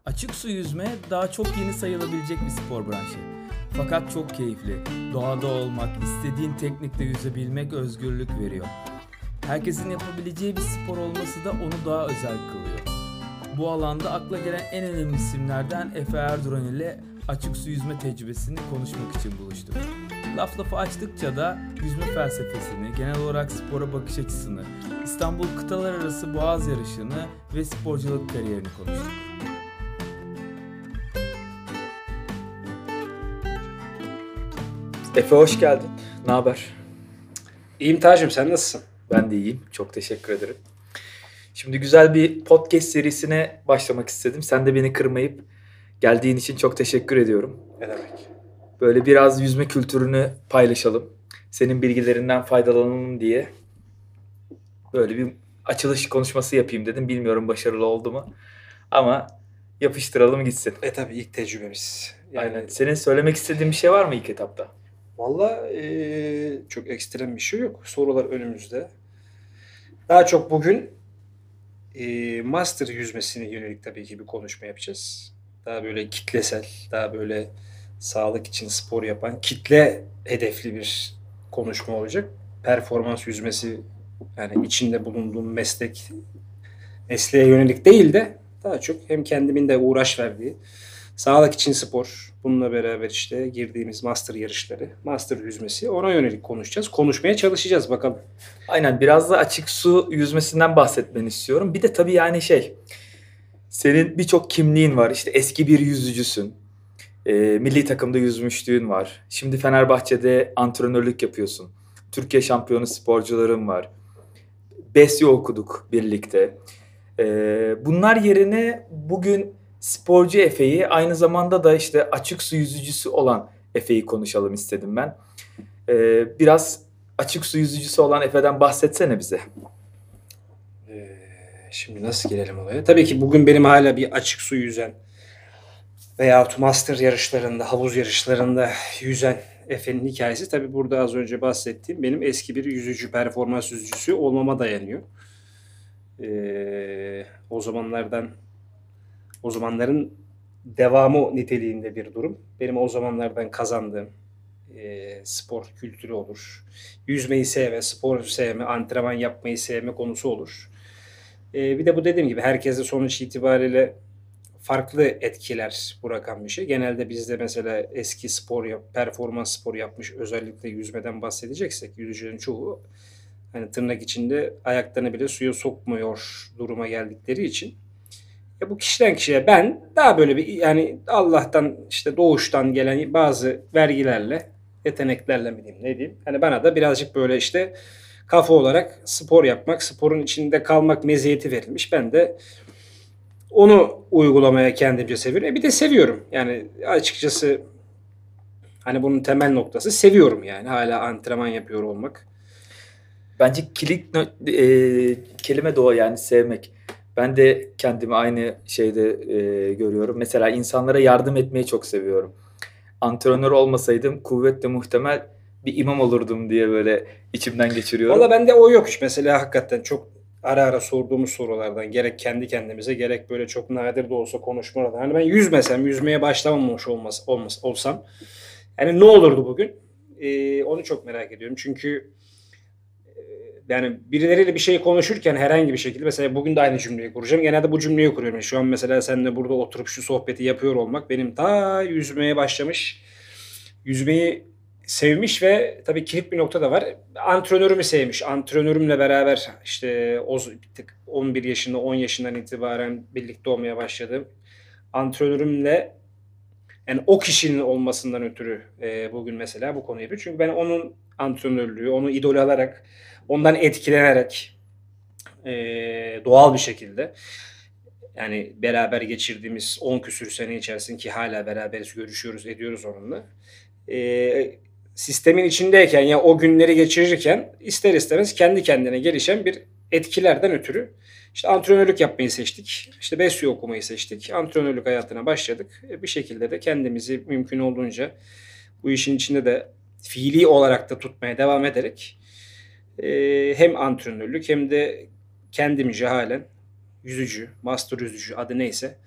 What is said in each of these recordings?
Açık su yüzme daha çok yeni sayılabilecek bir spor branşı. Fakat çok keyifli. Doğada olmak, istediğin teknikle yüzebilmek özgürlük veriyor. Herkesin yapabileceği bir spor olması da onu daha özel kılıyor. Bu alanda akla gelen en önemli isimlerden Efe Erduran ile açık su yüzme tecrübesini konuşmak için buluştuk. Laf lafı açtıkça da yüzme felsefesini, genel olarak spora bakış açısını, İstanbul Kıtalar Arası Boğaz Yarışı'nı ve sporculuk kariyerini konuştuk. Efe hoş geldin. Ne haber? İyiyim Tacım, sen nasılsın? Ben de iyiyim. Çok teşekkür ederim. Şimdi güzel bir podcast serisine başlamak istedim. Sen de beni kırmayıp geldiğin için çok teşekkür ediyorum. Ne demek? Böyle biraz yüzme kültürünü paylaşalım. Senin bilgilerinden faydalanalım diye böyle bir açılış konuşması yapayım dedim. Bilmiyorum başarılı oldu mu. Ama yapıştıralım gitsin. Tabii ilk tecrübemiz. Aynen. Senin söylemek istediğin bir şey var mı ilk etapta? Vallahi çok ekstrem bir şey yok. Sorular önümüzde. Daha çok bugün master yüzmesine yönelik tabii ki bir konuşma yapacağız. Daha böyle kitlesel, daha böyle sağlık için spor yapan, kitle hedefli bir konuşma olacak. Performans yüzmesi, yani içinde bulunduğum mesleğe yönelik değil de daha çok hem kendimin de uğraş verdiği sağlık için spor, bununla beraber işte girdiğimiz master yarışları, master yüzmesi, ona yönelik konuşacağız. Konuşmaya çalışacağız bakalım. Aynen, biraz da açık su yüzmesinden bahsetmeni istiyorum. Bir de tabii yani senin birçok kimliğin var. İşte eski bir yüzücüsün. Milli takımda yüzmüşlüğün var. Şimdi Fenerbahçe'de antrenörlük yapıyorsun. Türkiye şampiyonu sporcuların var. BESYO okuduk birlikte. Bunlar yerine bugün sporcu Efe'yi, aynı zamanda da işte açık su yüzücüsü olan Efe'yi konuşalım istedim ben. Biraz açık su yüzücüsü olan Efe'den bahsetsene bize. Şimdi nasıl girelim olaya? Tabii ki bugün benim hala bir açık su yüzen veya master yarışlarında, havuz yarışlarında yüzen Efe'nin hikayesi tabii burada az önce bahsettiğim benim eski bir yüzücü, performans yüzücüsü olmama dayanıyor. O zamanların devamı niteliğinde bir durum. Benim o zamanlardan kazandığım spor kültürü olur. Yüzmeyi sevme, spor sevme, antrenman yapmayı sevme konusu olur. Bir de bu dediğim gibi herkese sonuç itibariyle farklı etkiler bırakan bir şey. Genelde bizde mesela eski performans spor yapmış, özellikle yüzmeden bahsedeceksek, yüzücülerin çoğu hani tırnak içinde ayaklarını bile suya sokmuyor duruma geldikleri için. Bu kişiden kişiye ben daha böyle bir, yani Allah'tan işte doğuştan gelen bazı vergilerle, yeteneklerle mi diyeyim, ne diyeyim. Hani bana da birazcık böyle işte kafa olarak spor yapmak, sporun içinde kalmak meziyeti verilmiş. Ben de onu uygulamaya kendimce seviyorum. Bir de seviyorum. Yani açıkçası hani bunun temel noktası seviyorum yani. Hala antrenman yapıyor olmak. Bence kelime de o, yani sevmek. Ben de kendimi aynı şeyde görüyorum. Mesela insanlara yardım etmeyi çok seviyorum. Antrenör olmasaydım kuvvetle muhtemel bir imam olurdum diye böyle içimden geçiriyorum. Valla bende o yok. Mesela hakikaten çok ara ara sorduğumuz sorulardan, gerek kendi kendimize gerek böyle çok nadir de olsa konuşmalardan. Hani ben yüzmeye başlamamış olsam yani ne olurdu bugün? Onu çok merak ediyorum. Çünkü yani birileriyle bir şey konuşurken herhangi bir şekilde, mesela bugün de aynı cümleyi kuracağım. Genelde bu cümleyi kuruyorum. Şu an mesela seninle burada oturup şu sohbeti yapıyor olmak benim ta yüzmeye başlamış, yüzmeyi sevmiş ve tabii kilit bir nokta da var. Antrenörümü sevmiş. Antrenörümle beraber işte 11 yaşında, 10 yaşından itibaren birlikte olmaya başladım. Antrenörümle, yani o kişinin olmasından ötürü bugün mesela bu konuyu yapıyor. Çünkü ben onun antrenörlüğü, onu idol alarak, ondan etkilenerek doğal bir şekilde, yani beraber geçirdiğimiz 10 küsür sene içerisinde ki hala beraberiz, görüşüyoruz, ediyoruz onunla. Sistemin içindeyken ya o günleri geçirirken ister istemez kendi kendine gelişen bir etkilerden ötürü işte antrenörlük yapmayı seçtik. İşte BESYO okumayı seçtik. Antrenörlük hayatına başladık. Bir şekilde de kendimizi mümkün olduğunca bu işin içinde de fiili olarak da tutmaya devam ederek hem antrenörlük hem de kendimce halen yüzücü, master yüzücü adı neyse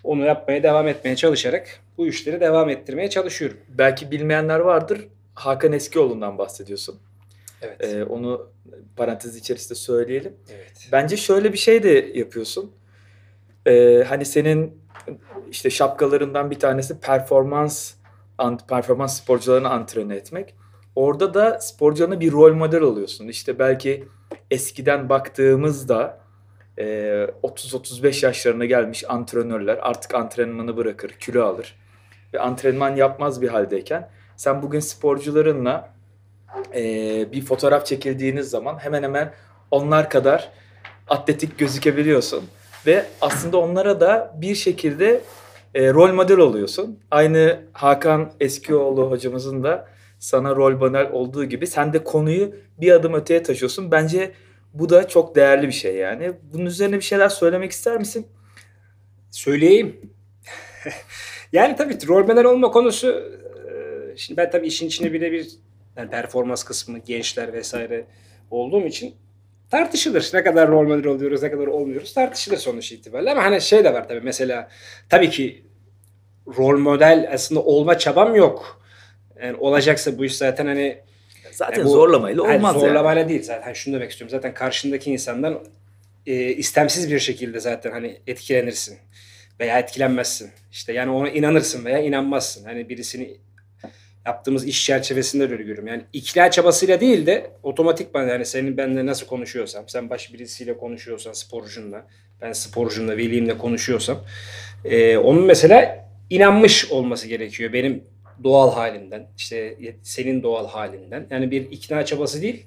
Onu yapmaya devam etmeye çalışarak bu işleri devam ettirmeye çalışıyorum. Belki bilmeyenler vardır. Hakan Eskioğlu'ndan bahsediyorsun. Evet. Onu parantez içerisinde söyleyelim. Evet. Bence şöyle bir şey de yapıyorsun. Hani senin işte şapkalarından bir tanesi performans sporcularını antrene etmek. Orada da sporcularına bir rol model oluyorsun. İşte belki eskiden baktığımızda 30-35 yaşlarına gelmiş antrenörler artık antrenmanı bırakır, kilo alır ve antrenman yapmaz bir haldeyken sen bugün sporcularınla bir fotoğraf çekildiğiniz zaman hemen hemen onlar kadar atletik gözükebiliyorsun ve aslında onlara da bir şekilde rol model oluyorsun. Aynı Hakan Eskioğlu hocamızın da sana rol model olduğu gibi sen de konuyu bir adım öteye taşıyorsun. Bence bu da çok değerli bir şey yani. Bunun üzerine bir şeyler söylemek ister misin? Söyleyeyim. Yani tabii rol model olma konusu, şimdi ben tabii işin içine birebir yani performans kısmı, gençler vesaire olduğum için tartışılır. Ne kadar rol model oluyoruz, ne kadar olmuyoruz tartışılır sonuç itibariyle. Ama hani şey de var tabii, mesela tabii ki rol model aslında olma çabam yok. Yani olacaksa bu iş zaten hani Zaten bu zorlamayla olmaz yani. zorlamayla değil zaten, şunu demek istiyorum. Zaten karşındaki insandan istemsiz bir şekilde zaten hani etkilenirsin veya etkilenmezsin. İşte yani ona inanırsın veya inanmazsın. Hani birisini yaptığımız iş çerçevesinde öyle görüyorum. Yani ikna çabasıyla değil de otomatikman, yani senin benimle nasıl konuşuyorsam, sen baş birisiyle konuşuyorsan sporcunla, ben sporcumla, velimle konuşuyorsam onun mesela inanmış olması gerekiyor. Benim doğal halimden, işte senin doğal halinden. Yani bir ikna çabası değil.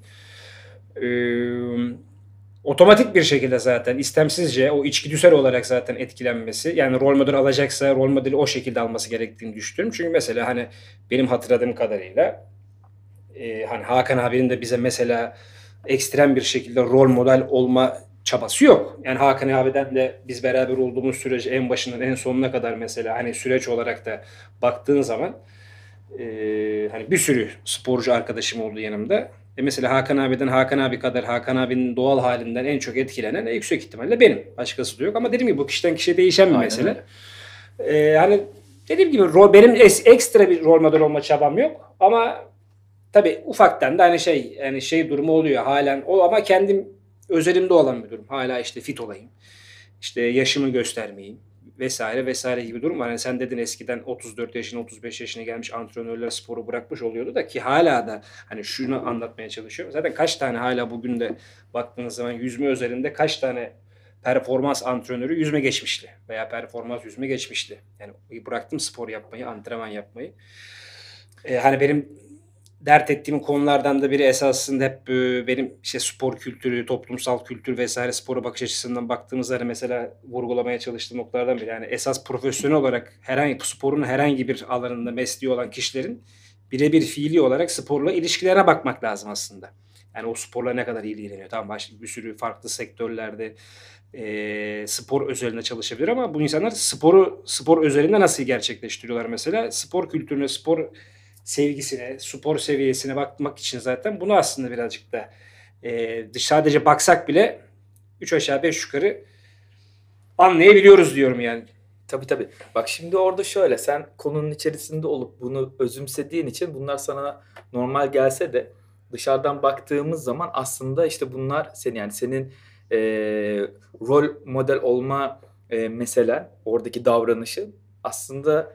Otomatik bir şekilde zaten istemsizce o içgüdüsel olarak zaten etkilenmesi, yani rol model alacaksa rol modeli o şekilde alması gerektiğini düşünüyorum. Çünkü mesela hani benim hatırladığım kadarıyla hani Hakan abinin de bize mesela ekstrem bir şekilde rol model olma çabası yok. Yani Hakan abiden de biz beraber olduğumuz sürece en başından en sonuna kadar mesela hani süreç olarak da baktığın zaman hani bir sürü sporcu arkadaşım oldu yanımda. Mesela Hakan abiden, Hakan abi kadar Hakan abinin doğal halinden en çok etkilenen yüksek ihtimalle benim. Başkası da yok. Ama dediğim gibi bu kişiden kişiye değişen bir Aynen mesele. öyle. Hani dediğim gibi benim ekstra bir rol model olma çabam yok. Ama tabii ufaktan da hani şey durumu oluyor halen. O ama kendim özelimde olan bir durum. Hala işte fit olayım. İşte yaşımı göstermeyeyim vesaire vesaire gibi durum var. Yani sen dedin eskiden 34 yaşına 35 yaşına gelmiş antrenörler sporu bırakmış oluyordu da, ki hala da hani şunu anlatmaya çalışıyorum. Zaten kaç tane hala bugün de baktığınız zaman yüzme özelinde kaç tane performans antrenörü yüzme geçmişti veya performans yüzme geçmişti. Yani bıraktım spor yapmayı, antrenman yapmayı. Hani benim dert ettiğim konulardan da biri esasında hep benim işte spor kültürü, toplumsal kültür vesaire, spora bakış açısından baktığımızda mesela vurgulamaya çalıştığım noktalardan biri. Yani esas profesyonel olarak sporun herhangi bir alanında mesleği olan kişilerin birebir fiili olarak sporla ilişkilerine bakmak lazım aslında. Yani o sporla ne kadar ilgileniyor. Tamam, başka bir sürü farklı sektörlerde spor özelinde çalışabilir ama bu insanlar spor özelinde nasıl gerçekleştiriyorlar mesela? Spor kültürüne, spor sevgisine, spor seviyesine bakmak için zaten bunu aslında birazcık da sadece baksak bile 3 aşağı 5 yukarı anlayabiliyoruz diyorum yani. Tabii. Bak şimdi orada şöyle, sen konunun içerisinde olup bunu özümsediğin için bunlar sana normal gelse de dışarıdan baktığımız zaman aslında işte bunlar senin rol model olma meselen, oradaki davranışın aslında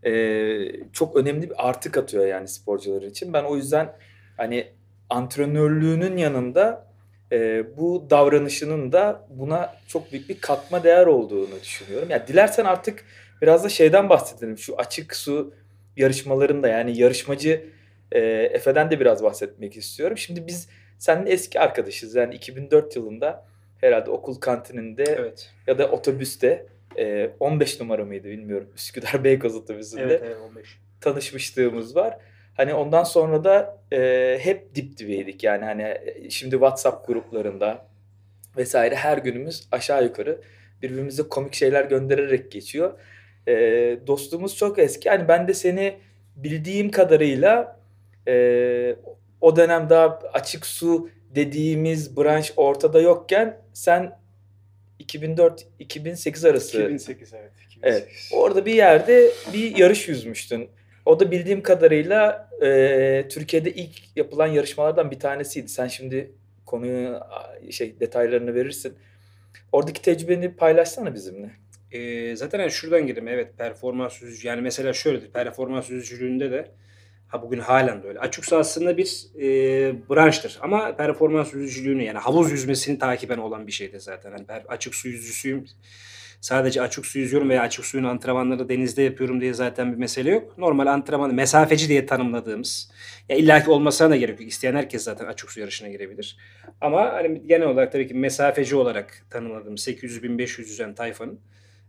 çok önemli bir artı katıyor yani sporcular için. Ben o yüzden hani antrenörlüğünün yanında bu davranışının da buna çok büyük bir katma değer olduğunu düşünüyorum. Ya dilersen artık biraz da şeyden bahsedelim. Şu açık su yarışmalarında yani yarışmacı Efe'den de biraz bahsetmek istiyorum. Şimdi biz seninle eski arkadaşız. Yani 2004 yılında herhalde okul kantininde Evet. ya da otobüste 15 numara mıydı bilmiyorum. Üsküdar Beykoz otobüsünde Evet 15. tanışmışlığımız var. Hani ondan sonra da hep dip dibeydik yani hani şimdi WhatsApp gruplarında vesaire her günümüz aşağı yukarı birbirimize komik şeyler göndererek geçiyor. Dostluğumuz çok eski. Hani ben de seni bildiğim kadarıyla o dönem daha açık su dediğimiz branş ortada yokken sen 2004-2008 arası. 2008 evet. Evet. 2008. Orada bir yerde bir yarış yüzmüştün. O da bildiğim kadarıyla Türkiye'de ilk yapılan yarışmalardan bir tanesiydi. Sen şimdi konuyu detaylarını verirsin. Oradaki tecrübeni paylaşsana bizimle. Zaten hani şuradan girdim. Evet, performans yüzücü. Yani mesela şöyledir. Performans yüzücülüğünde de bugün halen de öyle. Açık su aslında bir branştır. Ama performans yüzücülüğünü yani havuz yüzmesini takiben olan bir şeydir zaten. Hani ben açık su yüzücüsüyüm. Sadece açık su yüzüyorum veya açık suyun antrenmanları denizde yapıyorum diye zaten bir mesele yok. Normal antrenmanı mesafeci diye tanımladığımız, ya illaki olmasına da gerek yok. İsteyen herkes zaten açık su yarışına girebilir. Ama hani genel olarak tabii ki mesafeci olarak tanımladığımız 800-1500 yüzen tayfanın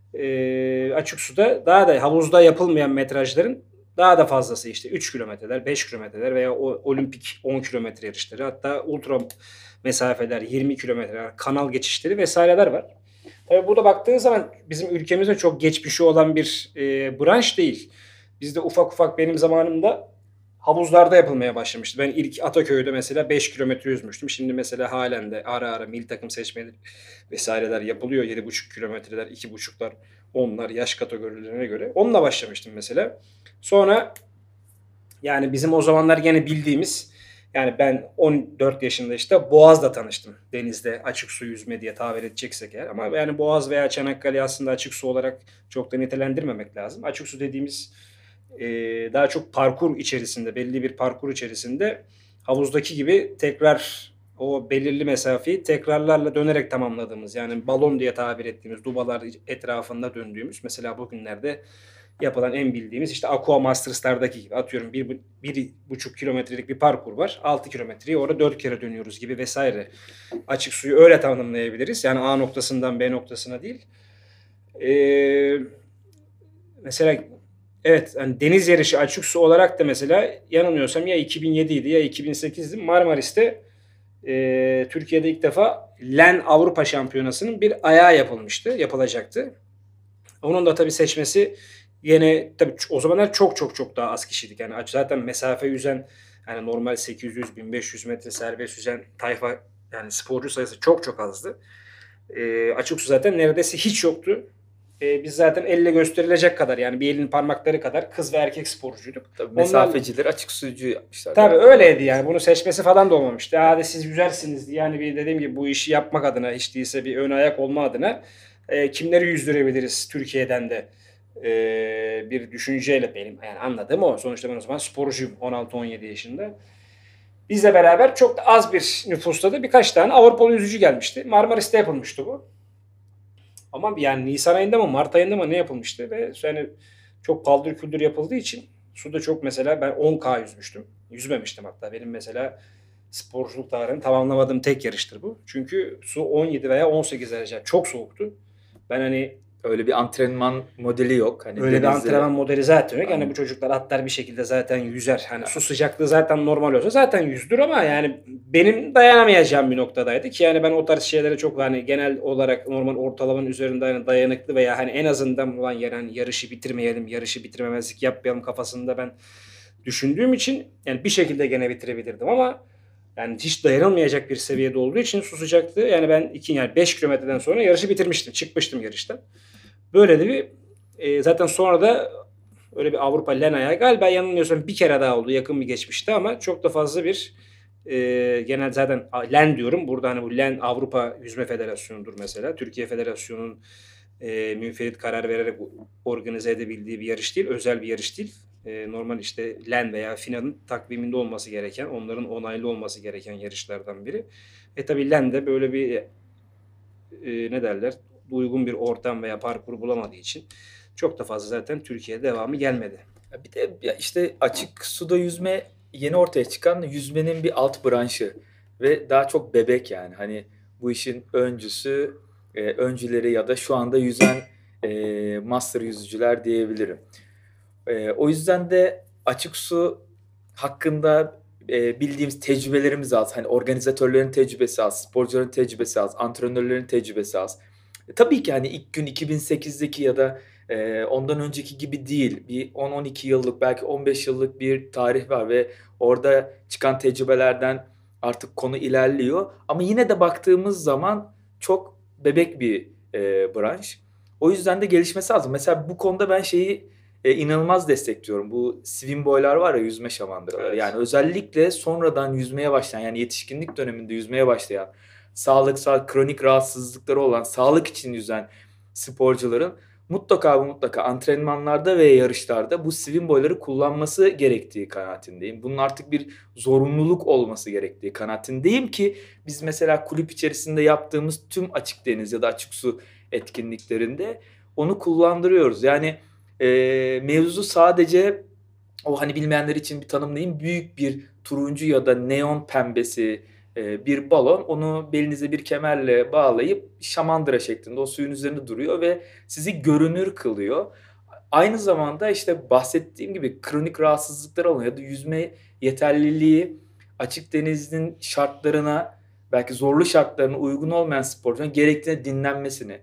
açık suda daha da havuzda yapılmayan metrajların daha da fazlası işte 3 kilometreler, 5 kilometreler veya olimpik 10 kilometre yarışları, hatta ultra mesafeler, 20 kilometre, kanal geçişleri vesaireler var. Tabii burada baktığınız zaman bizim ülkemizde çok geçmişi olan bir branş değil. Bizde ufak ufak benim zamanımda havuzlarda yapılmaya başlamıştı. Ben ilk Ataköy'de mesela 5 kilometre yüzmüştüm. Şimdi mesela halen de ara ara milli takım seçmeleri vesaireler yapılıyor. 7,5 kilometreler, 2,5'lar, 10'lar yaş kategorilerine göre. Onunla başlamıştım mesela. Sonra yani bizim o zamanlar gene bildiğimiz, yani ben 14 yaşında işte Boğaz'da tanıştım. Denizde açık su yüzme diye tabir edeceksek eğer. Ama yani Boğaz veya Çanakkale aslında açık su olarak çok da nitelendirmemek lazım. Açık su dediğimiz daha çok parkur içerisinde, belli bir parkur içerisinde havuzdaki gibi tekrar o belirli mesafeyi tekrarlarla dönerek tamamladığımız, yani balon diye tabir ettiğimiz dubalar etrafında döndüğümüz, mesela bugünlerde yapılan en bildiğimiz işte Aqua Masters'lardaki gibi, atıyorum 1,5 kilometrelik bir parkur var. 6 kilometreyi orada 4 kere dönüyoruz gibi vesaire. Açık suyu öyle tanımlayabiliriz. Yani A noktasından B noktasına değil. Mesela evet, hani deniz yarışı açık su olarak da mesela yanılmıyorsam ya 2007 idi ya 2008'di, Marmaris'te Türkiye'de ilk defa LEN Avrupa Şampiyonası'nın bir ayağı yapılacaktı. Onun da tabii seçmesi yine tabii o zamanlar çok çok çok daha az kişiydik. Yani zaten mesafe yüzen, yani normal 800-1500 metre serbest yüzen tayfa, yani sporcu sayısı çok çok azdı. Açık su zaten neredeyse hiç yoktu. Biz zaten elle gösterilecek kadar, yani bir elin parmakları kadar kız ve erkek sporcuyduk. Tabii mesafeciler açık sucu yapmışlar. Tabii öyleydi yani. Bunu seçmesi falan da olmamıştı. Hadi siz yüzersiniz diye. Yani bir dediğim gibi bu işi yapmak adına, hiç değilse bir ön ayak olma adına kimleri yüzdürebiliriz Türkiye'den de bir düşünceyle, benim yani anladığım o. Sonuçta ben o zaman sporcuyum 16-17 yaşında. Bizle beraber çok da az bir nüfusta da birkaç tane Avrupalı yüzücü gelmişti. Marmaris'te yapılmıştı bu. Ama yani Nisan ayında mı Mart ayında mı ne yapılmıştı ve yani çok paldır küldür yapıldığı için suda çok, mesela ben 10K yüzmüştüm. Yüzmemiştim hatta. Benim mesela sporculuk tarihini tamamlamadığım tek yarıştır bu. Çünkü su 17 veya 18 derece. Çok soğuktu. Ben hani öyle bir antrenman modeli yok. Hani öyle bir denizde... antrenman modeli zaten yok. Yani bu çocuklar atlar bir şekilde zaten yüzer. Hani su sıcaklığı zaten normal olsa zaten yüzdür, ama yani benim dayanamayacağım bir noktadaydı ki yani ben o tarz şeylere çok, hani genel olarak normal ortalamanın üzerinde hani dayanıklı veya hani en azından ulan yani yarışı bitirmeyelim, yarışı bitirmemezlik yapmayalım kafasında ben düşündüğüm için yani bir şekilde gene bitirebilirdim, ama yani hiç dayanılmayacak bir seviyede olduğu için su sıcaklığı, yani ben 5 kilometreden sonra yarışı bitirmiştim. Çıkmıştım yarıştan. Böyle de bir zaten sonra da öyle bir Avrupa LEN ayağı galiba yanılmıyorsam bir kere daha oldu yakın bir geçmişte, ama çok da fazla bir genel zaten LEN diyorum. Burada hani bu LEN Avrupa Yüzme Federasyonu'dur mesela. Türkiye Federasyonu'nun münferit karar vererek organize edebildiği bir yarış değil. Özel bir yarış değil. Normal işte LEN veya FINA'nın takviminde olması gereken, onların onaylı olması gereken yarışlardan biri. Tabii LEN de böyle bir ne derler, uygun bir ortam veya parkur bulamadığı için çok da fazla zaten Türkiye'de devamı gelmedi. Bir de işte açık suda yüzme yeni ortaya çıkan yüzmenin bir alt branşı ve daha çok bebek, yani hani bu işin öncüleri ya da şu anda yüzen master yüzücüler diyebilirim. O yüzden de açık su hakkında bildiğimiz tecrübelerimiz az. Hani organizatörlerin tecrübesi az, sporcuların tecrübesi az, antrenörlerin tecrübesi az. Tabii ki hani ilk gün 2008'deki ya da ondan önceki gibi değil. Bir 10-12 yıllık, belki 15 yıllık bir tarih var ve orada çıkan tecrübelerden artık konu ilerliyor. Ama yine de baktığımız zaman çok bebek bir branş. O yüzden de gelişmesi lazım. Mesela bu konuda ben şeyi inanılmaz destekliyorum. Bu swim boylar var ya, yüzme şamandıraları. Evet. Yani özellikle sonradan yüzmeye başlayan, yani yetişkinlik döneminde yüzmeye başlayan, sağlıksal kronik rahatsızlıkları olan, sağlık için yüzen sporcuların mutlaka antrenmanlarda ve yarışlarda bu swim boyları kullanması gerektiği kanaatindeyim. Bunun artık bir zorunluluk olması gerektiği kanaatindeyim ki biz mesela kulüp içerisinde yaptığımız tüm açık deniz ya da açık su etkinliklerinde onu kullandırıyoruz. Yani mevzu sadece o, hani bilmeyenler için bir tanımlayayım. Büyük bir turuncu ya da neon pembesi bir balon. Onu belinize bir kemerle bağlayıp şamandıra şeklinde o suyun üzerinde duruyor ve sizi görünür kılıyor. Aynı zamanda işte bahsettiğim gibi kronik rahatsızlıklar olan ya da yüzme yeterliliği açık denizin şartlarına, belki zorlu şartlarına uygun olmayan sporcuların gerektiğine dinlenmesini,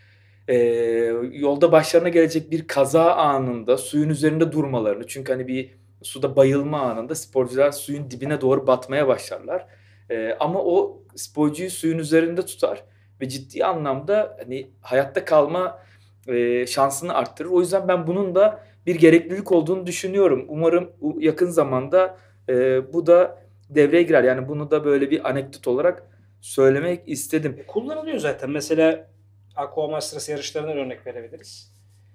yolda başlarına gelecek bir kaza anında suyun üzerinde durmalarını, çünkü hani bir suda bayılma anında sporcular suyun dibine doğru batmaya başlarlar. Ama o sporcuyu suyun üzerinde tutar ve ciddi anlamda hani hayatta kalma şansını arttırır. O yüzden ben bunun da bir gereklilik olduğunu düşünüyorum. Umarım yakın zamanda bu da devreye girer. Yani bunu da böyle bir anekdot olarak söylemek istedim. Kullanılıyor zaten. Mesela Aqua Masters yarışlarından örnek verebiliriz.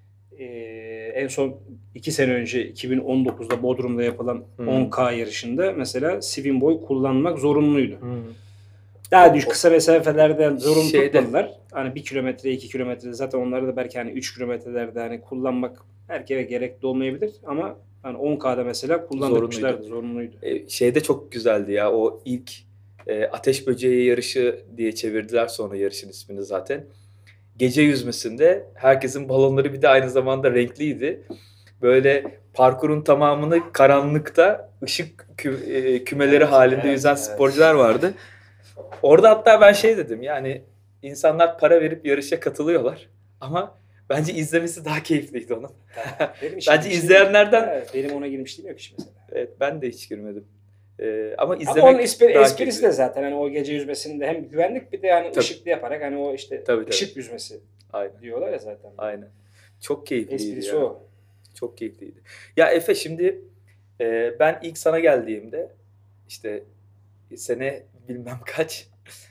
En son 2 sene önce 2019'da Bodrum'da yapılan 10K yarışında mesela swim boy kullanmak zorunluydu. Daha düşük kısa mesafelerden zorunlu tutmadılar. Hani 1 kilometre, 2 kilometre, zaten onları da belki hani 3 kilometrelerde hani kullanmak herkese gerekli olmayabilir ama hani 10K'da mesela kullandırmışlardı, zorunluydu. Şeyde çok güzeldi ya, o ilk ateş böceği yarışı diye çevirdiler sonra yarışın ismini zaten. Gece yüzmesinde herkesin balonları bir de aynı zamanda renkliydi. Böyle parkurun tamamını karanlıkta ışık kümeleri halinde yüzen sporcular vardı. Orada hatta ben şey dedim, yani insanlar para verip yarışa katılıyorlar ama bence izlemesi daha keyifliydi onun. Bence izleyenlerden... Benim ona girmişliğim yok hiç mesela. Evet, ben de hiç girmedim. Ama izlemek ama onun esprisi de zaten hani o gece yüzmesinde hem güvenlik bir de hani ışıklı yaparak hani o işte ışık yüzmesi diyorlar ya zaten. Aynen. Çok keyifliydi. Esprisi o. Çok keyifliydi. Ya Efe, şimdi ben ilk sana geldiğimde işte sene bilmem kaç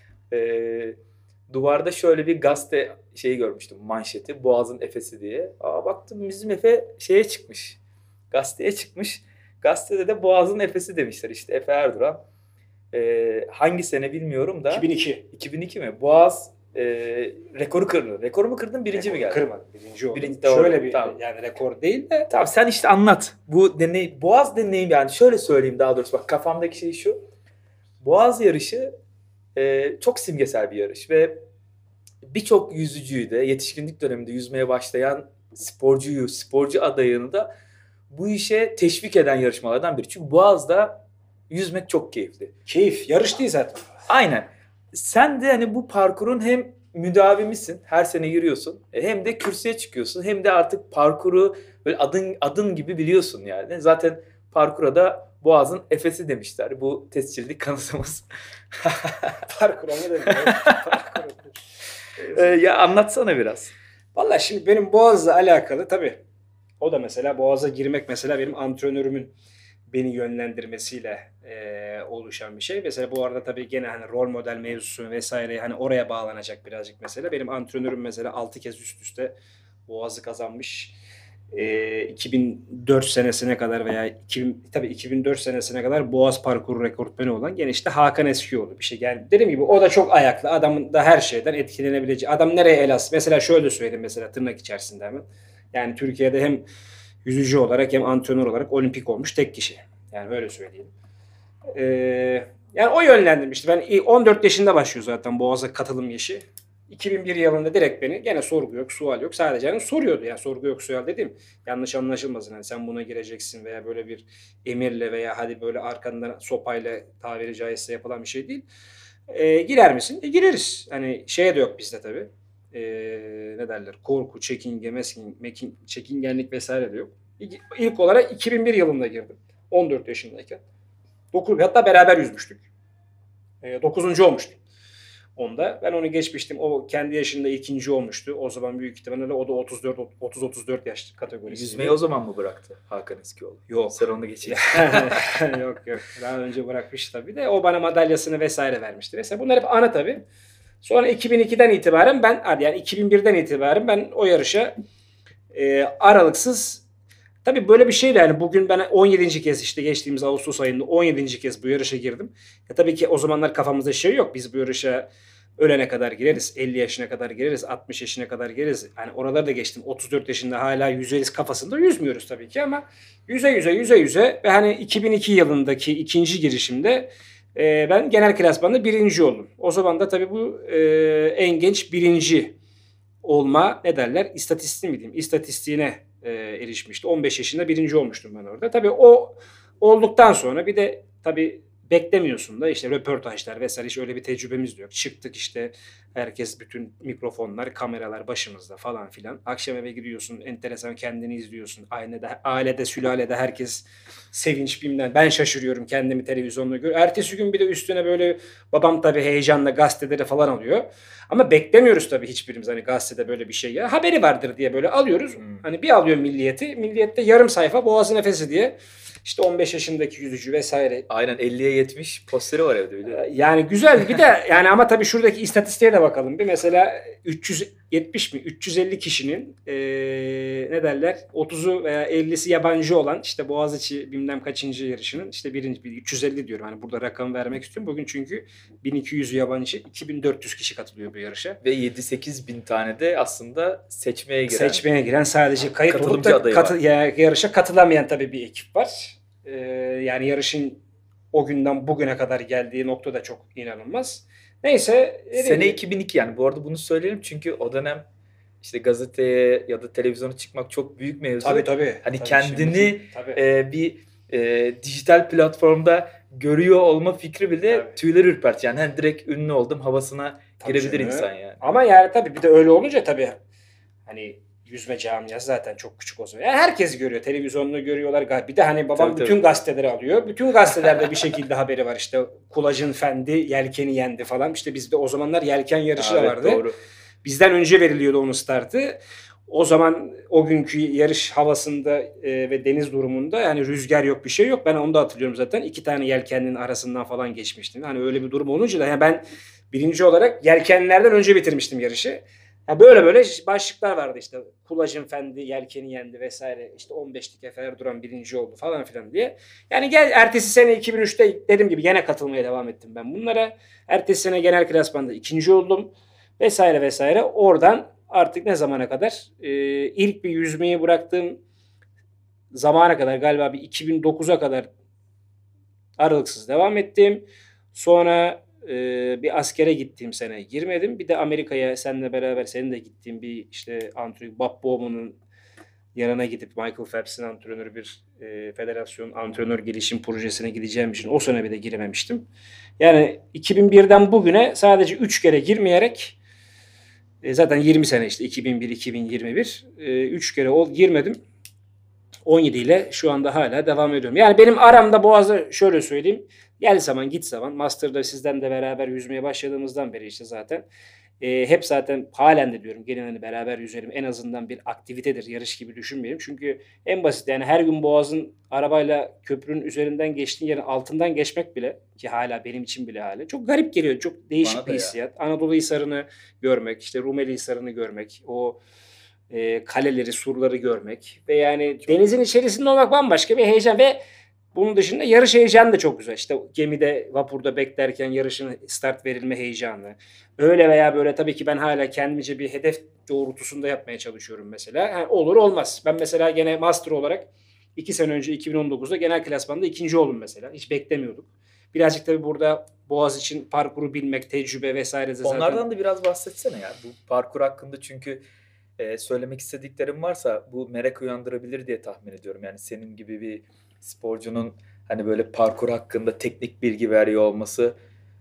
duvarda şöyle bir gazete şeyi görmüştüm, manşeti, Boğaz'ın Efesi diye. Baktım bizim Efe şeye çıkmış. Gazeteye çıkmış. Gazetede de Boğaz'ın Efesi demişler, işte Efe Erduran. Hangi sene bilmiyorum da. 2002. 2002 mi? Boğaz rekoru kırdı. Rekoru mu kırdın, birinci mi geldi? Kırmadı. Birinci oldu. Şöyle bir yani rekor değil de. Tamam, sen işte anlat. Bu deney, Boğaz deneyim, yani şöyle söyleyeyim daha doğrusu, bak kafamdaki şey şu. Boğaz yarışı çok simgesel bir yarış ve birçok yüzücüyü de yetişkinlik döneminde yüzmeye başlayan sporcu adayını da bu işe teşvik eden yarışmalardan biri. Çünkü Boğaz'da yüzmek çok keyifli. Keyif. Yarış değil zaten. Aynen. Sen de hani bu parkurun hem müdavimisin, her sene yürüyorsun, hem de kürsüye çıkıyorsun, hem de artık parkuru böyle adın gibi biliyorsun yani. Zaten parkura da Boğaz'ın Efesi demişler. Bu tescilli kanıtımız. Parkura mı dedim? Ya anlatsana biraz. Vallahi şimdi benim Boğaz'la alakalı tabii. O da mesela Boğaz'a girmek mesela benim antrenörümün beni yönlendirmesiyle oluşan bir şey. Mesela bu arada tabii gene hani rol model mevzusu vesaire hani oraya bağlanacak birazcık mesela. Benim antrenörüm mesela 6 kez üst üste Boğaz'ı kazanmış. 2004 senesine kadar veya 2004 senesine kadar Boğaz parkuru rekortmeni olan gene işte Hakan Eskioğlu bir şey. Yani dediğim gibi o da çok ayaklı. Adamın da her şeyden etkilenebileceği. Adam nereye el as? Mesela şöyle söyleyeyim, mesela tırnak içerisinde hemen. Yani Türkiye'de hem yüzücü olarak hem antrenör olarak olimpik olmuş tek kişi. Yani öyle söyleyeyim. Yani o yönlendirmişti. Ben 14 yaşında başlıyor zaten Boğaz'a katılım yaşı. 2001 yılında direkt beni, gene sorgu yok, sual yok. Sadece hani soruyordu. Yani sorgu yok, sual dedim. Yanlış anlaşılmasın. Yani sen buna gireceksin veya böyle bir emirle veya hadi böyle arkandan sopayla tabiri caizse yapılan bir şey değil. Girer misin? Gireriz. Hani şeye de yok bizde tabii. Ne derler? Korku, çekingenlik vesaire de yok. İlk olarak 2001 yılında girdim. 14 yaşındayken. Hatta beraber yüzmüştük. 9. olmuştum. onda. Ben onu geçmiştim. O kendi yaşında ikinci olmuştu. O zaman büyük ihtimalle o da 30-34 yaş kategorisiydi. Yüzmeyi o zaman mı bıraktı Hakan Eskioğlu? Yok. Sen onu geçeceksin. Yok. Daha önce bırakmış tabii de. O bana madalyasını vesaire vermişti. Mesela bunlar hep anı tabii. Sonra 2002'den itibaren yani 2001'den itibaren ben o yarışa aralıksız, tabii böyle bir şeydi yani. Bugün ben 17. kez, işte geçtiğimiz Ağustos ayında 17. kez bu yarışa girdim. Tabii ki o zamanlar kafamızda şey yok. Biz bu yarışa ölene kadar gireriz. 50 yaşına kadar gireriz. 60 yaşına kadar gireriz. Yani oraları da geçtim. 34 yaşında hala yüzeriz kafasında yüzmüyoruz tabii ki ama yüze ve hani 2002 yılındaki ikinci girişimde ben genel klasmanda birinci oldum. O zaman da tabii bu en genç birinci olma, ne derler, istatistiği mi diyeyim, istatistiğine erişmişti. 15 yaşında birinci olmuştum ben orada. Tabii o olduktan sonra bir de tabii beklemiyorsun da işte röportajlar vesaire, hiç öyle bir tecrübemiz de yok. Çıktık işte, herkes, bütün mikrofonlar, kameralar başımızda falan filan. Akşam eve gidiyorsun, enteresan, kendini izliyorsun. Ailede, sülalede herkes sevinç bilmem. Ben şaşırıyorum kendimi televizyonda görüyorum. Ertesi gün bir de üstüne böyle babam tabii heyecanla gazeteleri falan alıyor. Ama beklemiyoruz tabii hiçbirimiz, hani gazetede böyle bir şey ya. Haberi vardır diye böyle alıyoruz. Hani bir alıyor Milliyet'i. Milliyet'te yarım sayfa Boğazı Nefesi diye. İşte 15 yaşındaki yüzücü vesaire. Aynen, 50'ye 70 posteri var evde öyle. Yani güzel bir de yani, ama tabii şuradaki istatistiğe de bakalım. Bir mesela 370 mi 350 kişinin ne derler, 30'u veya 50'si yabancı olan, işte Boğaziçi bilmem kaçıncı yarışının işte birinci, 350 diyorum. Hani burada rakam vermek istiyorum. Bugün çünkü 1200 yabancı, 2400 kişi katılıyor bu yarışa. Ve 7-8 bin tane de aslında seçmeye giren sadece kayıt olup da yarışa katılamayan tabii bir ekip var. Yani yarışın o günden bugüne kadar geldiği nokta da çok inanılmaz. Neyse. Sene 2002 yani. Bu arada bunu söyleyelim çünkü o dönem işte gazeteye ya da televizyona çıkmak çok büyük mevzu. Tabii. Hani tabii, kendini bir dijital platformda görüyor olma fikri bile tüyleri ürpertici. Yani hani direkt ünlü oldum havasına girebilir insan yani. Ama yani tabii bir de öyle olunca tabii hani yüzme camiası zaten çok küçük o zaman. Yani herkes görüyor. Televizyonda görüyorlar. Bir de hani babam bütün gazeteleri alıyor. Bütün gazetelerde bir şekilde haberi var. İşte Kulacın Fendi yelkeni yendi falan. İşte bizde o zamanlar yelken yarışı da vardı. Doğru. Bizden önce veriliyordu onun startı. O zaman o günkü yarış havasında ve deniz durumunda yani rüzgar yok, bir şey yok. Ben onu da hatırlıyorum zaten. 2 tane yelkeninin arasından falan geçmiştim. Hani öyle bir durum olunca da yani ben birinci olarak yelkenlerden önce bitirmiştim yarışı. Yani böyle başlıklar vardı işte. Kulacın Fendi yelkeni yendi vesaire. İşte 15'lik Efe Erduran birinci oldu falan filan diye. Yani ertesi sene 2003'te dediğim gibi yine katılmaya devam ettim ben bunlara. Ertesi sene genel klasmanda ikinci oldum. Vesaire. Oradan artık ne zamana kadar? İlk bir yüzmeyi bıraktığım zamana kadar, galiba bir 2009'a kadar aralıksız devam ettim. Sonra bir askere gittiğim sene girmedim. Bir de Amerika'ya seninle beraber, senin de gittiğin bir işte antrenör, Bob Bowman'ın yanına gidip Michael Phelps'in antrenörü bir federasyon antrenör gelişim projesine gideceğim için o sene bir de girememiştim. Yani 2001'den bugüne sadece 3 kere girmeyerek zaten 20 sene işte 2001-2021 3 kere girmedim. 17 ile şu anda hala devam ediyorum. Yani benim aramda Boğaz'da şöyle söyleyeyim. Gel zaman git zaman. Master'da sizden de beraber yüzmeye başladığımızdan beri işte zaten. Hep zaten halen de diyorum. Gelin hani beraber yüzelim. En azından bir aktivitedir. Yarış gibi düşünmeyelim. Çünkü en basit yani her gün Boğaz'ın arabayla köprünün üzerinden geçtiğin yerin altından geçmek bile, ki hala benim için bile hala çok garip geliyor. Çok değişik bir hissiyat. Anadolu Hisarı'nı görmek, işte Rumeli Hisarı'nı görmek, o kaleleri, surları görmek ve yani denizin içerisinde olmak bambaşka bir heyecan ve bunun dışında yarış heyecanı da çok güzel. İşte gemide, vapurda beklerken yarışın start verilme heyecanı. Öyle veya böyle tabii ki ben hala kendimce bir hedef doğrultusunda yapmaya çalışıyorum mesela. Yani olur olmaz. Ben mesela gene master olarak 2 sene önce 2019'da genel klasmanda ikinci oldum mesela. Hiç beklemiyorduk. Birazcık tabii burada Boğaz için parkuru bilmek, tecrübe vesaire de zaten. Onlardan da biraz bahsetsene ya. Bu parkur hakkında çünkü söylemek istediklerim varsa bu merak uyandırabilir diye tahmin ediyorum. Yani senin gibi bir sporcunun hani böyle parkur hakkında teknik bilgi veriyor olması.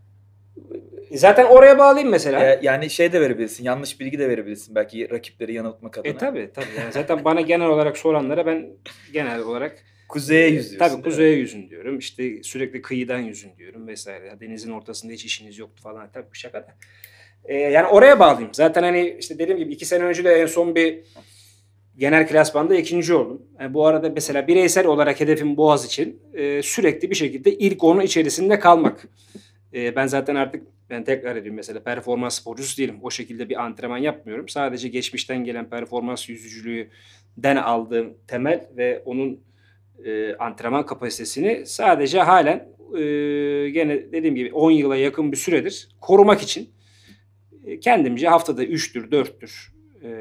Zaten oraya bağlayayım mesela. Yani şey de verebilirsin, yanlış bilgi de verebilirsin belki rakipleri yanıltmak adına. Tabii. Yani zaten bana genel olarak soranlara ben genel olarak Kuzeye yüzüyorsun Tabii değil mi? kuzeye yüzün diyorum. İşte sürekli kıyıdan yüzün diyorum vesaire. Ya denizin ortasında hiç işiniz yoktu falan. Tabii bir şaka da. Yani oraya bağlayayım. Zaten hani işte dediğim gibi 2 sene önce de en son bir genel klasmanda ikinci oldum. Yani bu arada mesela bireysel olarak hedefim Boğaz için sürekli bir şekilde ilk 10'un içerisinde kalmak. Ben zaten artık ben tekrar ediyorum mesela performans sporcusu değilim. O şekilde bir antrenman yapmıyorum. Sadece geçmişten gelen performans yüzücülüğünden aldığım temel ve onun antrenman kapasitesini sadece halen gene dediğim gibi 10 yıla yakın bir süredir korumak için kendimce haftada 3'tür 4'tür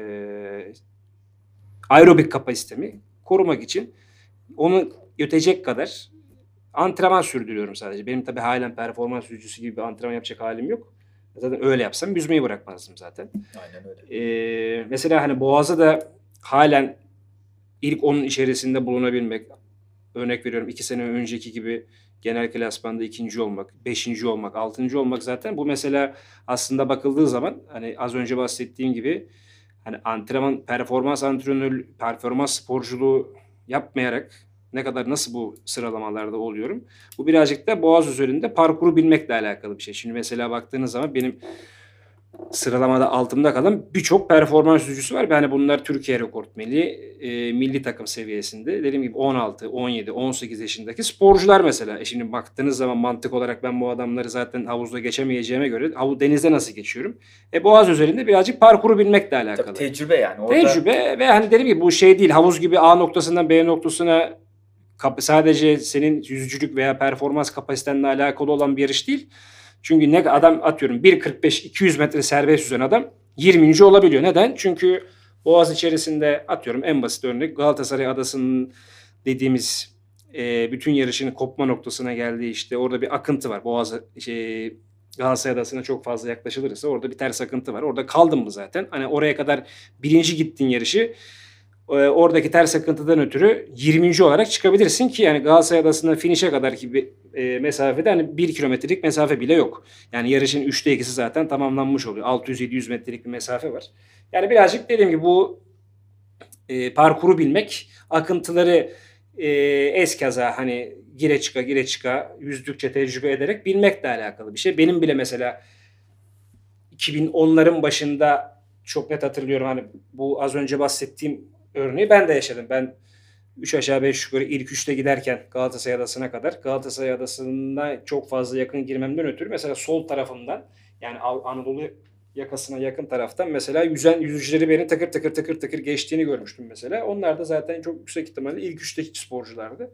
aerobik kapasitemi korumak için onu ötecek kadar antrenman sürdürüyorum sadece. Benim tabii halen performans yüzücüsü gibi bir antrenman yapacak halim yok. Zaten öyle yapsam yüzmeyi bırakmazdım zaten. Aynen öyle. Mesela hani Boğaz'a da halen ilk 10'un içerisinde bulunabilmek, örnek veriyorum 2 sene önceki gibi genel klasmanda ikinci olmak, 5. olmak, 6. olmak zaten bu mesela aslında bakıldığı zaman hani az önce bahsettiğim gibi hani antrenman, performans sporculuğu yapmayarak ne kadar nasıl bu sıralamalarda oluyorum. Bu birazcık da Boğaz üzerinde parkuru bilmekle alakalı bir şey. Şimdi mesela baktığınız zaman benim sıralamada altımda kalan birçok performans yüzücüsü var. Yani bunlar Türkiye rekortmeni, milli takım seviyesinde. Dediğim gibi 16, 17, 18 yaşındaki sporcular mesela. Şimdi baktığınız zaman mantık olarak ben bu adamları zaten havuzda geçemeyeceğime göre denizde nasıl geçiyorum? Boğaz üzerinde birazcık parkuru bilmekle alakalı. Tabii tecrübe yani. Orada... Tecrübe ve hani dediğim gibi bu şey değil. Havuz gibi A noktasından B noktasına sadece senin yüzücülük veya performans kapasitenle alakalı olan bir yarış değil. Çünkü ne adam atıyorum 1.45-200 metre serbest yüzen adam 20. olabiliyor. Neden? Çünkü Boğaz içerisinde atıyorum en basit örnek Galatasaray Adası'nın dediğimiz bütün yarışın kopma noktasına geldiği işte orada bir akıntı var. Galatasaray Adası'na çok fazla yaklaşılırsa orada bir ters akıntı var. Orada kaldın mı zaten? Hani oraya kadar birinci gittiğin yarışı oradaki ters akıntıdan ötürü 20. olarak çıkabilirsin ki yani Galatasaray Adası'ndan finişe kadar ki mesafede hani 1 kilometrelik mesafe bile yok. Yani yarışın 3'te 2'si zaten tamamlanmış oluyor. 600-700 metrelik bir mesafe var. Yani birazcık dediğim gibi bu parkuru bilmek, akıntıları eskaza hani gire çıka yüzdükçe tecrübe ederek bilmekle alakalı bir şey. Benim bile mesela 2010'ların başında çok net hatırlıyorum hani bu az önce bahsettiğim örneği ben de yaşadım. Ben 3 aşağı 5 yukarı ilk 3'te giderken Galatasaray Adası'na kadar Galatasaray Adası'na çok fazla yakın girmemden ötürü mesela sol tarafından yani Anadolu yakasına yakın taraftan mesela yüzücüleri beni takır takır geçtiğini görmüştüm mesela. Onlar da zaten çok yüksek ihtimalle ilk 3'teki sporculardı.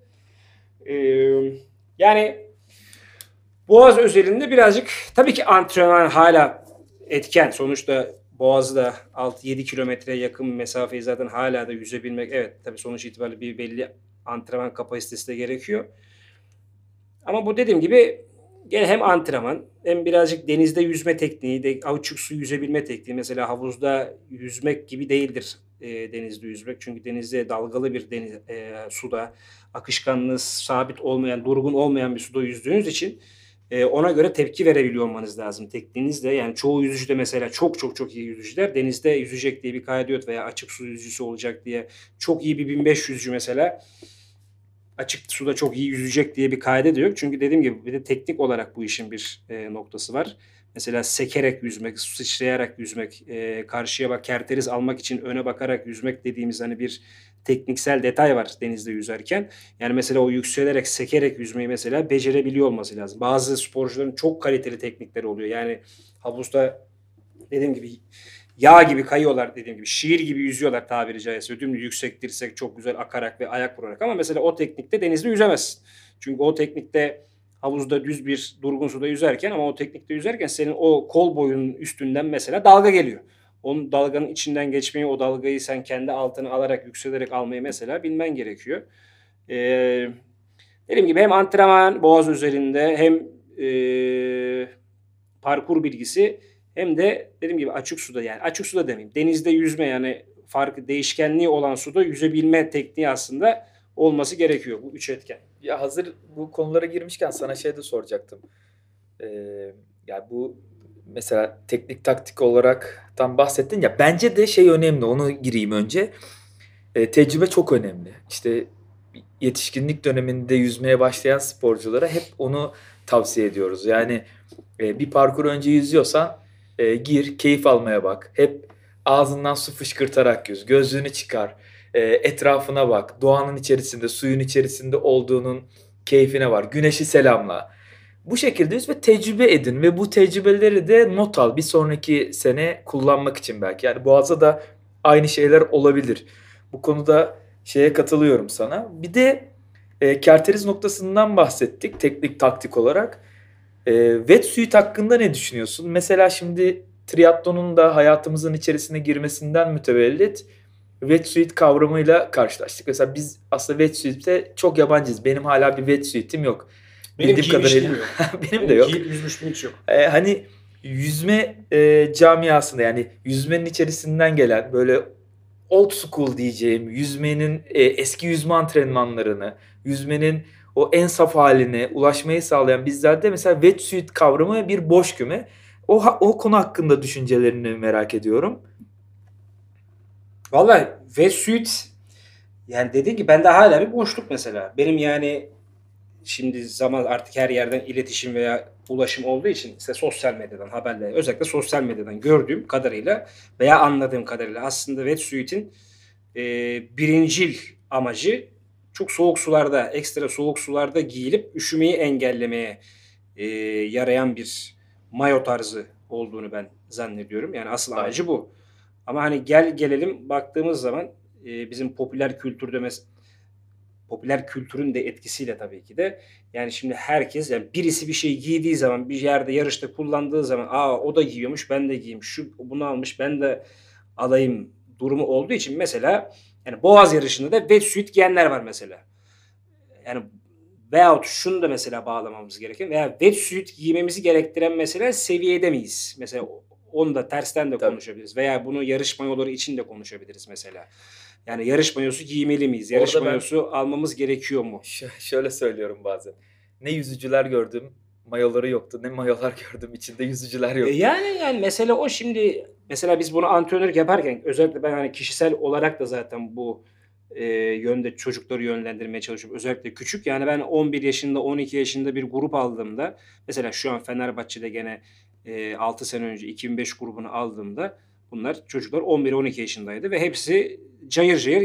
Yani Boğaz özelinde birazcık tabii ki antrenman hala etken. Sonuçta Boğaz'da 6-7 kilometreye yakın mesafeyi zaten hala da yüzebilmek. Evet tabii sonuç itibariyle bir belli antrenman kapasitesi de gerekiyor. Ama bu dediğim gibi gene hem antrenman hem birazcık denizde yüzme tekniği, de açık su yüzebilme tekniği. Mesela havuzda yüzmek gibi değildir denizde yüzmek. Çünkü denizde dalgalı bir suda akışkanlığı sabit olmayan, durgun olmayan bir suda yüzdüğünüz için ona göre tepki verebiliyor olmanız lazım tekniğinizle. Yani çoğu yüzücü de mesela çok iyi yüzücüler denizde yüzecek diye bir kaydı yok veya açık su yüzücüsü olacak diye çok iyi bir 1500'cü mesela açık suda çok iyi yüzecek diye bir kaide de yok. Çünkü dediğim gibi bir de teknik olarak bu işin bir noktası var. Mesela sekerek yüzmek, sıçrayarak yüzmek, karşıya bak kerteriz almak için öne bakarak yüzmek dediğimiz hani bir tekniksel detay var denizde yüzerken. Yani mesela o yükselerek, sekerek yüzmeyi mesela becerebiliyor olması lazım. Bazı sporcuların çok kaliteli teknikleri oluyor. Yani havuzda dediğim gibi yağ gibi kayıyorlar dediğim gibi. Şiir gibi yüzüyorlar tabiri caizse. Ödümlü yüksek dirsek çok güzel akarak ve ayak vurarak. Ama mesela o teknikte denizde yüzemezsin. Çünkü o teknikte havuzda düz bir durgun suda yüzerken ama o teknikte yüzerken senin o kol boyunun üstünden mesela dalga geliyor. Onun dalganın içinden geçmeyi, o dalgayı sen kendi altına alarak, yükselerek almayı mesela bilmen gerekiyor. Dediğim gibi hem antrenman Boğaz üzerinde hem parkur bilgisi hem de dediğim gibi açık suda yani açık suda demeyeyim. Denizde yüzme yani farklı değişkenliği olan suda yüzebilme tekniği aslında olması gerekiyor bu 3 etken. Ya hazır bu konulara girmişken sana şey de soracaktım. Ya bu mesela teknik taktik olarak tam bahsettin ya bence de şey önemli onu gireyim önce. Tecrübe çok önemli. İşte yetişkinlik döneminde yüzmeye başlayan sporculara hep onu tavsiye ediyoruz. Yani bir parkur önce yüzüyorsan gir, keyif almaya bak. Hep ağzından su fışkırtarak yüz, gözlüğünü çıkar, etrafına bak, doğanın içerisinde, suyun içerisinde olduğunun keyfine var. Güneşi selamla. Bu şekilde yüz ve tecrübe edin ve bu tecrübeleri de not al bir sonraki sene kullanmak için belki. Yani Boğaz'da da aynı şeyler olabilir. Bu konuda şeye katılıyorum sana. Bir de kerteriz noktasından bahsettik teknik taktik olarak. Wetsuit hakkında ne düşünüyorsun? Mesela şimdi triatlonun da hayatımızın içerisine girmesinden mütevellit wetsuit kavramıyla karşılaştık. Mesela biz aslında wetsuit'e çok yabancıyız. Benim hala bir wetsuit'im yok. Benim Bildiğim kadarıyla giymişliğim yok. benim de yok. Giyip yüzmüşlüğüm hiç yok. Hani yüzme camiasında yani yüzmenin içerisinden gelen böyle old school diyeceğim yüzmenin eski yüzme antrenmanlarını, yüzmenin o en saf haline ulaşmayı sağlayan bizlerde mesela wetsuit kavramı bir boş küme. O konu hakkında düşüncelerini merak ediyorum. Vallahi wetsuit, yani dediğim gibi bende hala bir boşluk mesela. Benim yani şimdi zaman artık her yerden iletişim veya ulaşım olduğu için işte sosyal medyadan haberler, özellikle sosyal medyadan gördüğüm kadarıyla veya anladığım kadarıyla aslında wetsuit'in birincil amacı çok soğuk sularda, ekstra soğuk sularda giyilip üşümeyi engellemeye yarayan bir mayo tarzı olduğunu ben zannediyorum. Yani asıl amacı Aynen. bu. Ama hani gel gelelim baktığımız zaman bizim popüler kültürün de etkisiyle tabii ki de yani şimdi herkes, yani birisi bir şey giydiği zaman, bir yerde yarışta kullandığı zaman, o da giyiyormuş, ben de giyeyim, şu bunu almış, ben de alayım durumu olduğu için mesela yani Boğaz yarışında da wetsuit giyenler var mesela. Yani veyahut şunu da mesela bağlamamız gereken veya wetsuit giymemizi gerektiren mesela seviyede miyiz? Mesela onu da tersten de Tabii. konuşabiliriz veya bunu yarış mayoları için de konuşabiliriz mesela. Yani yarış mayosu giymeli miyiz? Yarış Orada ben mayosu almamız gerekiyor mu? şöyle söylüyorum bazen. Ne yüzücüler gördüm, mayoları yoktu. Ne mayolar gördüm, içinde yüzücüler yoktu. Yani mesele o. Şimdi mesela biz bunu antrenörlük yaparken özellikle ben hani kişisel olarak da zaten bu yönde çocukları yönlendirmeye çalışıyorum. Özellikle küçük. Yani ben 11 yaşında, 12 yaşında bir grup aldığımda mesela şu an Fenerbahçe'de gene 6 sene önce 2005 grubunu aldığımda bunlar çocuklar 11-12 yaşındaydı ve hepsi cayır cayır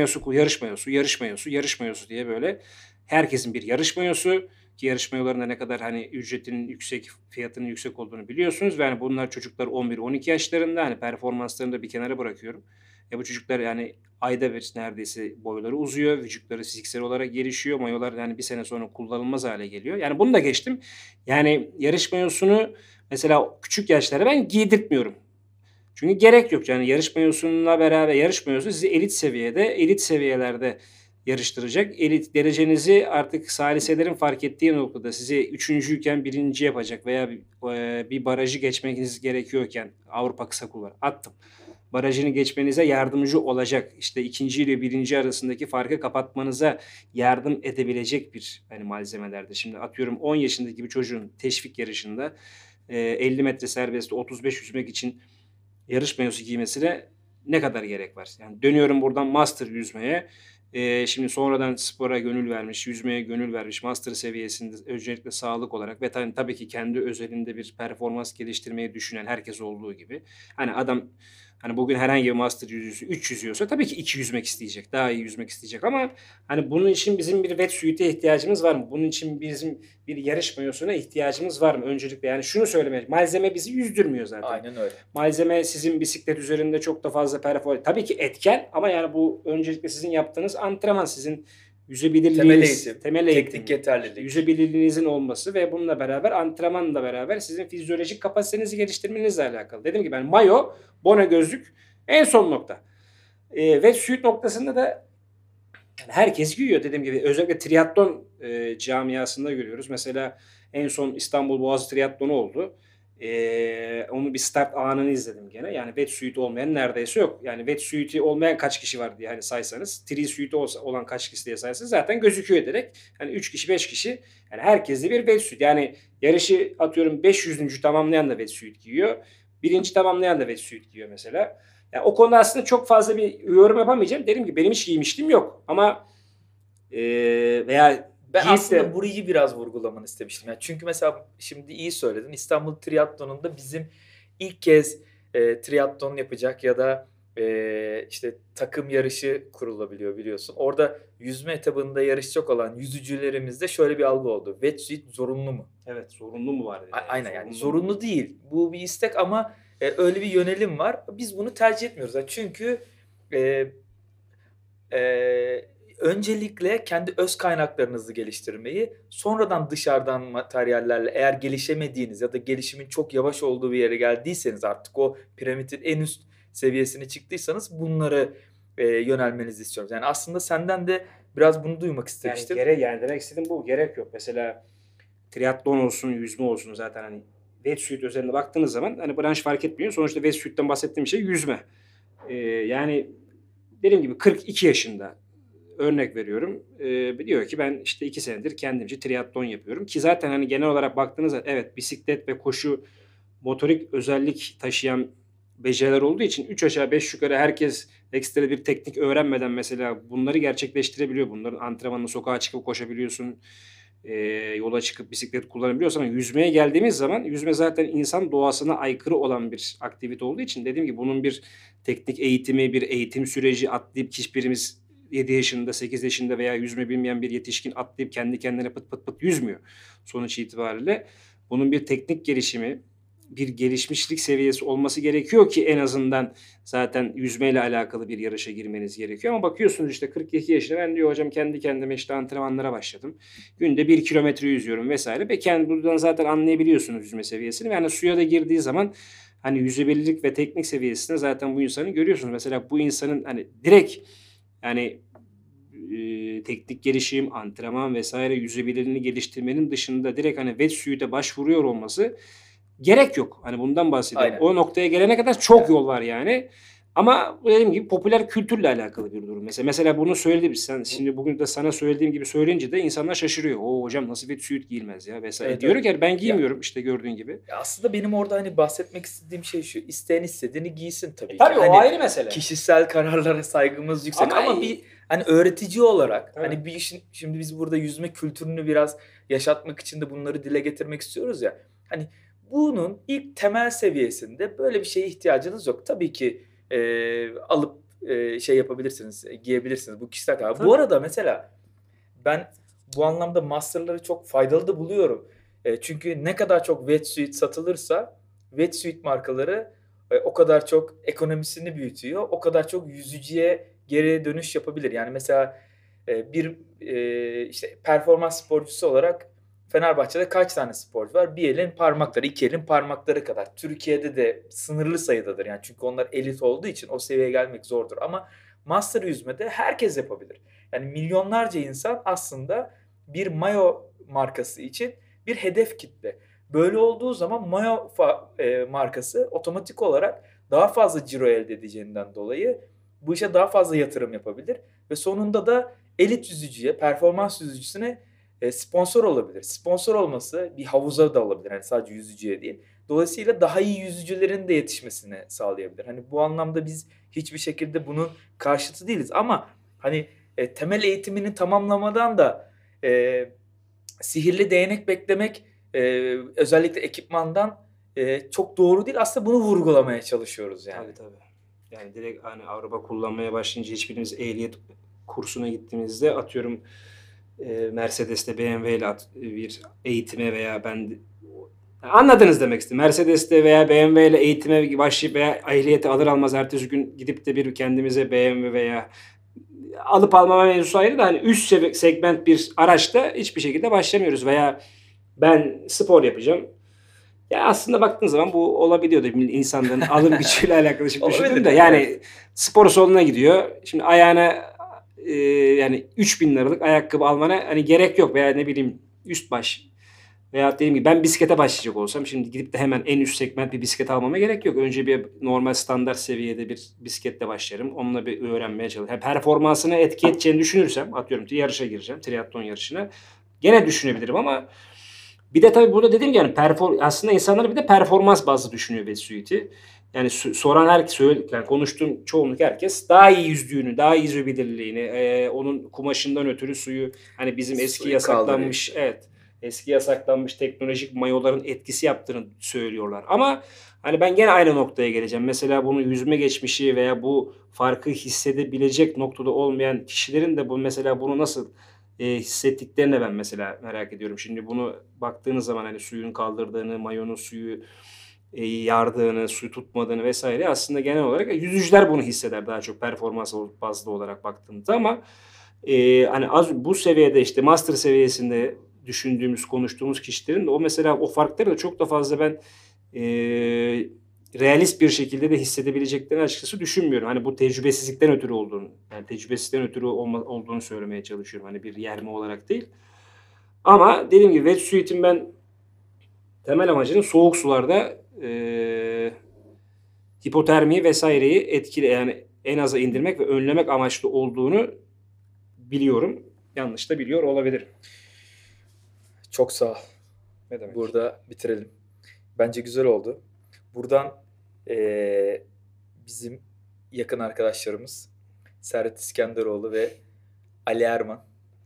yarış mayosu diye böyle herkesin bir yarış mayosu, ki yarışmalarında ne kadar hani ücretinin yüksek, fiyatının yüksek olduğunu biliyorsunuz ve hani bunlar çocuklar 11-12 yaşlarında, hani performanslarını da bir kenara bırakıyorum. Bu çocuklar yani ayda bir neredeyse boyları uzuyor, vücutları fiziksel olarak gelişiyor, mayolar yani bir sene sonra kullanılmaz hale geliyor. Yani bunu da geçtim. Yani yarış mayosunu mesela küçük yaşlara ben giydirtmiyorum. Çünkü gerek yok. Yani yarış mayosunla beraber yarış mayosu sizi elit seviyelerde yarıştıracak. Elit derecenizi artık saliselerin fark ettiği noktada sizi üçüncüyken birinci yapacak veya bir barajı geçmeniz gerekiyorken Avrupa kısa kulvar attım. Barajını geçmenize yardımcı olacak. İşte ikinci ile birinci arasındaki farkı kapatmanıza yardım edebilecek bir hani malzemelerde. Şimdi atıyorum 10 yaşındaki bir çocuğun teşvik yarışında 50 metre serbestte 35 yüzmek için yarış mayosu giymesine ne kadar gerek var? Yani dönüyorum buradan master yüzmeye. Şimdi sonradan spora gönül vermiş, yüzmeye gönül vermiş, master seviyesinde öncelikle sağlık olarak ve tabii ki kendi özelinde bir performans geliştirmeyi düşünen herkes olduğu gibi. Hani adam hani bugün herhangi bir master yüzücüsü 3 yüzüyorsa tabii ki 2 yüzmek isteyecek. Daha iyi yüzmek isteyecek ama hani bunun için bizim bir wetsuit'e ihtiyacımız var mı? Bunun için bizim bir yarış mayosuna ihtiyacımız var mı? Öncelikle yani şunu söylemeye, malzeme bizi yüzdürmüyor zaten. Aynen öyle. Malzeme sizin bisiklet üzerinde çok da fazla performans. Tabii ki etken ama yani bu öncelikle sizin yaptığınız antrenman, sizin Temel yüzebilirliğiniz, eğitim, temel teknik eğitim, işte yeterlilik. yüzebilirliğinizin olması ve bununla beraber antrenmanla beraber sizin fizyolojik kapasitenizi geliştirmenizle alakalı. Dediğim gibi ben mayo, bono gözlük en son nokta. Ve suit noktasında da yani herkes giyiyor dediğim gibi. Özellikle triatlon camiasında görüyoruz. Mesela en son İstanbul Boğazı triatlonu oldu. Onun bir start anını izledim gene. Yani wetsuit olmayan neredeyse yok. Yani wetsuit'i olmayan kaç kişi var diye hani saysanız, trisuit'i olan kaç kişi diye saysanız zaten gözüküyor direkt. Hani 3 kişi 5 kişi, yani herkeste bir wetsuit. Yani yarışı atıyorum 500. tamamlayan da wetsuit giyiyor. Birinci tamamlayan da wetsuit giyiyor mesela. Yani o konuda aslında çok fazla bir yorum yapamayacağım. Derim ki benim hiç giymişliğim yok. Ama Veya Ben giyip aslında de burayı biraz vurgulamanı istemiştim. Yani çünkü mesela şimdi iyi söyledin. İstanbul Triatlonu'nda bizim ilk kez triatlon yapacak ya da işte takım yarışı kurulabiliyor biliyorsun. Orada yüzme etabında yarışacak olan yüzücülerimizde şöyle bir algı oldu. Wetsuit zorunlu mu? evet, zorunlu mu var dedi. Aynen yani Zorunlu mu? zorunlu değil. Bu bir istek ama öyle bir yönelim var. Biz bunu tercih etmiyoruz. Yani çünkü e, öncelikle kendi öz kaynaklarınızı geliştirmeyi, sonradan dışarıdan materyallerle eğer gelişemediğiniz ya da gelişimin çok yavaş olduğu bir yere geldiyseniz artık o piramidin en üst seviyesine çıktıysanız bunları yönelmenizi istiyoruz. Yani aslında senden de biraz bunu duymak istemiştim. Yani demek istediğim bu. Gerek yok. Mesela triatlon olsun, yüzme olsun zaten hani wetsuit özelinde baktığınız zaman hani branş fark etmiyor. Sonuçta wetsuit'ten bahsettiğim şey yüzme. Yani dediğim gibi 42 yaşında örnek veriyorum. Diyor ki ben işte 2 senedir kendimce triatlon yapıyorum. Ki zaten hani genel olarak baktığınızda evet bisiklet ve koşu motorik özellik taşıyan beceriler olduğu için 3 aşağı 5 yukarı herkes ekstra bir teknik öğrenmeden mesela bunları gerçekleştirebiliyor. Bunların antrenmanını sokağa çıkıp koşabiliyorsun. Yola çıkıp bisiklet kullanabiliyorsun ama yüzmeye geldiğimiz zaman yüzme zaten insan doğasına aykırı olan bir aktivite olduğu için dediğim gibi bunun bir teknik eğitimi, bir eğitim süreci atlayıp hiçbirimiz 7 yaşında, 8 yaşında veya yüzme bilmeyen bir yetişkin atlayıp kendi kendine pıt pıt pıt yüzmüyor. Sonuç itibariyle bunun bir teknik gelişimi, bir gelişmişlik seviyesi olması gerekiyor ki en azından zaten yüzmeyle alakalı bir yarışa girmeniz gerekiyor. Ama bakıyorsunuz işte 42 yaşında ben diyor hocam kendi kendime işte antrenmanlara başladım. Günde 1 kilometre yüzüyorum vesaire. Ve kendi buradan zaten anlayabiliyorsunuz yüzme seviyesini. Yani suya da girdiği zaman hani yüzebilirlik ve teknik seviyesinde zaten bu insanı görüyorsunuz. Mesela bu insanın hani direkt yani teknik gelişim, antrenman vesaire yüzebilirliğini geliştirmenin dışında direkt hani wetsuit'e başvuruyor olması gerek yok. Hani bundan bahsediyorum. Aynen. O noktaya gelene kadar çok Evet. yol var yani. Ama dediğim gibi popüler kültürle alakalı bir durum. Mesela bunu söyledi sen şimdi bugün de sana söylediğim gibi söyleyince de insanlar şaşırıyor. O hocam nasıl wetsuit giyilmez ya vesaire. Evet, Diyorum evet. ki ben Ya, giymiyorum işte gördüğün gibi. aslında benim orada hani bahsetmek istediğim şey şu. İsteyen istediğini giysin tabii ki. Tabii o Hani ayrı mesele. kişisel kararlara saygımız yüksek Ama ama bir hani öğretici olarak tabii. hani bir işin şimdi biz burada yüzme kültürünü biraz yaşatmak için de bunları dile getirmek istiyoruz ya. Hani bunun ilk temel seviyesinde böyle bir şeye ihtiyacınız yok. Tabii ki alıp şey yapabilirsiniz, giyebilirsiniz. Bu kişisel karar. Bu Tabii. arada mesela ben bu anlamda masterları çok faydalı da buluyorum. Çünkü ne kadar çok wetsuit satılırsa wetsuit markaları o kadar çok ekonomisini büyütüyor. O kadar çok yüzücüye geri dönüş yapabilir. Yani mesela bir işte performans sporcusu olarak Fenerbahçe'de kaç tane sporcu var? Bir elin parmakları, iki elin parmakları kadar. Türkiye'de de sınırlı sayıdadır. Yani çünkü onlar elit olduğu için o seviyeye gelmek zordur. Ama master yüzmede herkes yapabilir. Yani milyonlarca insan aslında bir mayo markası için bir hedef kitle. Böyle olduğu zaman mayo markası otomatik olarak daha fazla ciro elde edeceğinden dolayı bu işe daha fazla yatırım yapabilir ve sonunda da elit yüzücüye, performans yüzücüsüne sponsor olabilir. Sponsor olması bir havuza da olabilir. Yani sadece yüzücüye değil. Dolayısıyla daha iyi yüzücülerin de yetişmesini sağlayabilir. Hani bu anlamda biz hiçbir şekilde bunun karşıtı değiliz ama hani temel eğitimini tamamlamadan da sihirli değnek beklemek özellikle ekipmandan çok doğru değil. Aslında bunu vurgulamaya çalışıyoruz yani. Tabii. Yani direkt hani araba kullanmaya başlayınca hiçbirimiz ehliyet kursuna gittiğimizde atıyorum Mercedes'te BMW ile bir eğitime veya anladınız demek istedim. Mercedes'te veya BMW ile eğitime başlayıp veya ehliyeti alır almaz ertesi gün gidip de bir kendimize BMW veya alıp almama mevzusu ayrı da hani üst segment bir araçta hiçbir şekilde başlamıyoruz veya ben spor yapacağım. Ya aslında baktığın zaman bu olabiliyordu insanların alım gücüyle alakalı şimdi düşündüm de yani spor salonuna gidiyor. Şimdi ayağına yani 3.000 liralık ayakkabı almana hani gerek yok veya ne bileyim üst baş veya dediğim gibi ben bisiklete başlayacak olsam şimdi gidip de hemen en üst segment bir bisiklet almama gerek yok. Önce bir normal standart seviyede bir bisikletle başlarım. Onunla bir öğrenmeye çalışırım. Yani performansına etki edeceğini düşünürsem atıyorum yarışa gireceğim. Triatlon yarışına. Gene düşünebilirim ama bir de tabii burada dediğim gibi yani aslında insanlar bir de performans bazlı düşünüyor wetsuit'i. Yani soran herkes, yani konuştuğum çoğunluk herkes daha iyi yüzdüğünü, daha iyi yüzebilirliğini, onun kumaşından ötürü suyu, hani bizim eski Suyu yasaklanmış, kaldırıyor. evet, eski yasaklanmış teknolojik mayoların etkisi yaptığını söylüyorlar. Ama hani ben gene aynı noktaya geleceğim. Mesela bunu yüzme geçmişi veya bu farkı hissedebilecek noktada olmayan kişilerin de bu mesela bunu nasıl hissettiklerini ben mesela merak ediyorum. Şimdi bunu baktığınız zaman hani suyun kaldırdığını, mayonun suyu yardığını, su tutmadığını vesaire aslında genel olarak yüzücüler bunu hisseder daha çok performans bazlı olarak baktığımızda ama hani bu seviyede işte master seviyesinde düşündüğümüz, konuştuğumuz kişilerin de o mesela o farkları da çok da fazla ben realist bir şekilde de hissedebileceklerini açıkçası düşünmüyorum. Hani bu tecrübesizlikten ötürü olduğunu, yani tecrübesizlikten ötürü olduğunu söylemeye çalışıyorum. Hani bir yerme olarak değil. Ama dediğim gibi wetsuit'in ben temel amacının soğuk sularda hipotermiyi vesaireyi yani en aza indirmek ve önlemek amaçlı olduğunu biliyorum. Yanlış da biliyor olabilirim. Çok sağ ol. Ne demek? Burada bitirelim. Bence güzel oldu. Buradan bizim yakın arkadaşlarımız Serhat İskenderoğlu ve Ali Erman.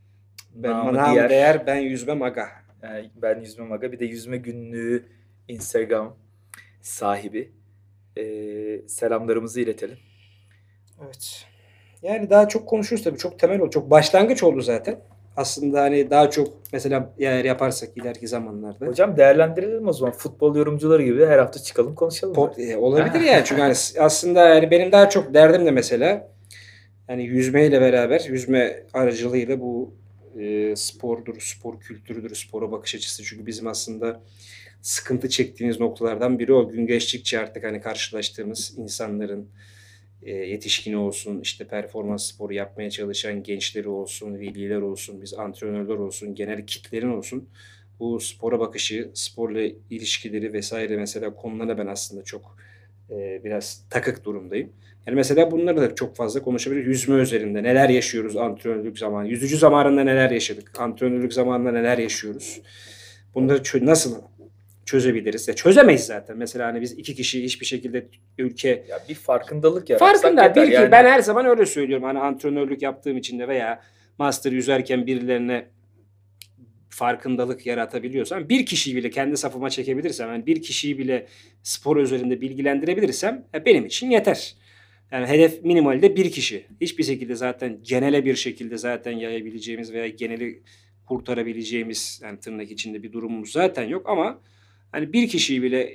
Namı değer ben yüzmem aga. Yani ben yüzmem aga. Bir de yüzme günlüğü Instagram sahibi. Selamlarımızı iletelim. Evet. Yani daha çok konuşuruz tabii. Çok temel oldu. Çok başlangıç oldu zaten. Aslında hani daha çok mesela eğer yaparsak ileriki zamanlarda. Hocam değerlendirelim o zaman. Futbol yorumcuları gibi her hafta çıkalım konuşalım. Olabilir yani. Çünkü hani aslında yani benim daha çok derdim de mesela hani yüzmeyle beraber, yüzme aracılığıyla bu spordur, spor kültürüdür, spora bakış açısı. Çünkü bizim aslında sıkıntı çektiğimiz noktalardan biri o. Gün geçtikçe artık hani karşılaştığımız insanların yetişkini olsun, işte performans sporu yapmaya çalışan gençleri olsun, veliler olsun, biz antrenörler olsun, genel kitlerin olsun. Bu spora bakışı, sporla ilişkileri vesaire mesela konulara ben aslında çok biraz takık durumdayım. Yani mesela bunları da çok fazla konuşabiliriz. Yüzme üzerinde neler yaşıyoruz antrenörlük zamanı, yüzücü zamanında neler yaşadık, antrenörlük zamanında neler yaşıyoruz. Bunları nasıl çözebiliriz? Ya çözemeyiz zaten. Mesela hani biz iki kişi hiçbir şekilde ülke... Ya bir farkındalık yaratsak Farkında. Bir yani. Ben her zaman öyle söylüyorum. Hani antrenörlük yaptığım için de veya master yüzerken birilerine farkındalık yaratabiliyorsam, bir kişiyi bile kendi safıma çekebilirsem, yani bir kişiyi bile spor üzerinde bilgilendirebilirsem benim için yeter. Yani hedef minimalde bir kişi. Hiçbir şekilde zaten genele bir şekilde zaten yayabileceğimiz veya geneli kurtarabileceğimiz yani tırnak içinde bir durumumuz zaten yok ama hani bir kişiyi bile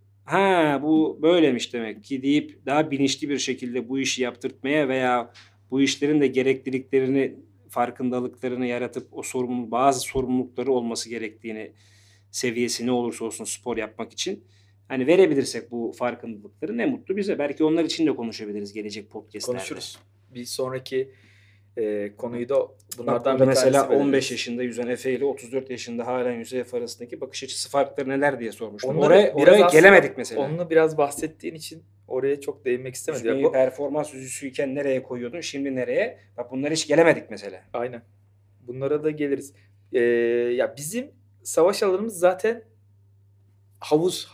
bu böylemiş demek ki deyip daha bilinçli bir şekilde bu işi yaptırtmaya veya bu işlerin de gerekliliklerini, farkındalıklarını yaratıp o bazı sorumlulukları olması gerektiğini seviyesi ne olursa olsun spor yapmak için hani verebilirsek bu farkındalıkları ne mutlu bize. Belki onlar için de konuşabiliriz gelecek podcastlerde. Konuşuruz. Bir sonraki konuyu da bunlardan bir mesela 15 yaşında yüzen Efe ile 34 yaşında halen yüzen Efe arasındaki bakış açısı farkları neler diye sormuştum. Oraya gelemedik mesela. Onu biraz bahsettiğin için oraya çok değinmek istemedim. Yüzmeyi performans yüzücüsüyken nereye koyuyordun? Şimdi nereye? Bak bunlara hiç gelemedik mesela. Aynen. Bunlara da geliriz. Ya bizim savaş alanımız zaten havuz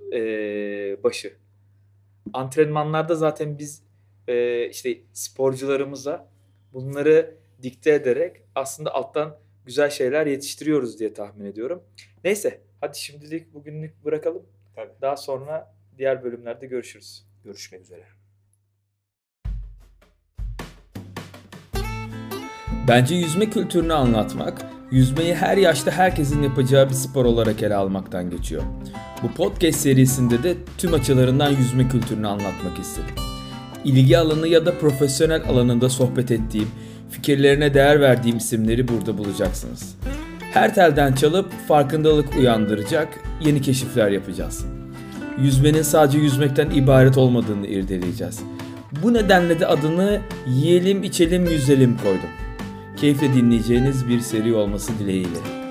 başı. Antrenmanlarda zaten biz işte sporcularımıza bunları dikte ederek aslında alttan güzel şeyler yetiştiriyoruz diye tahmin ediyorum. Neyse, hadi şimdilik bugünlük bırakalım. Tabii. Daha sonra diğer bölümlerde görüşürüz. Görüşmek üzere. Bence yüzme kültürünü anlatmak, yüzmeyi her yaşta herkesin yapacağı bir spor olarak ele almaktan geçiyor. Bu podcast serisinde de tüm açılarından yüzme kültürünü anlatmak istedim. İlgi alanı ya da profesyonel alanında sohbet ettiğim, fikirlerine değer verdiğim isimleri burada bulacaksınız. Her telden çalıp farkındalık uyandıracak yeni keşifler yapacağız. Yüzmenin sadece yüzmekten ibaret olmadığını irdeleyeceğiz. Bu nedenle de adını Yiyelim, içelim, yüzelim koydum. Keyifle dinleyeceğiniz bir seri olması dileğiyle.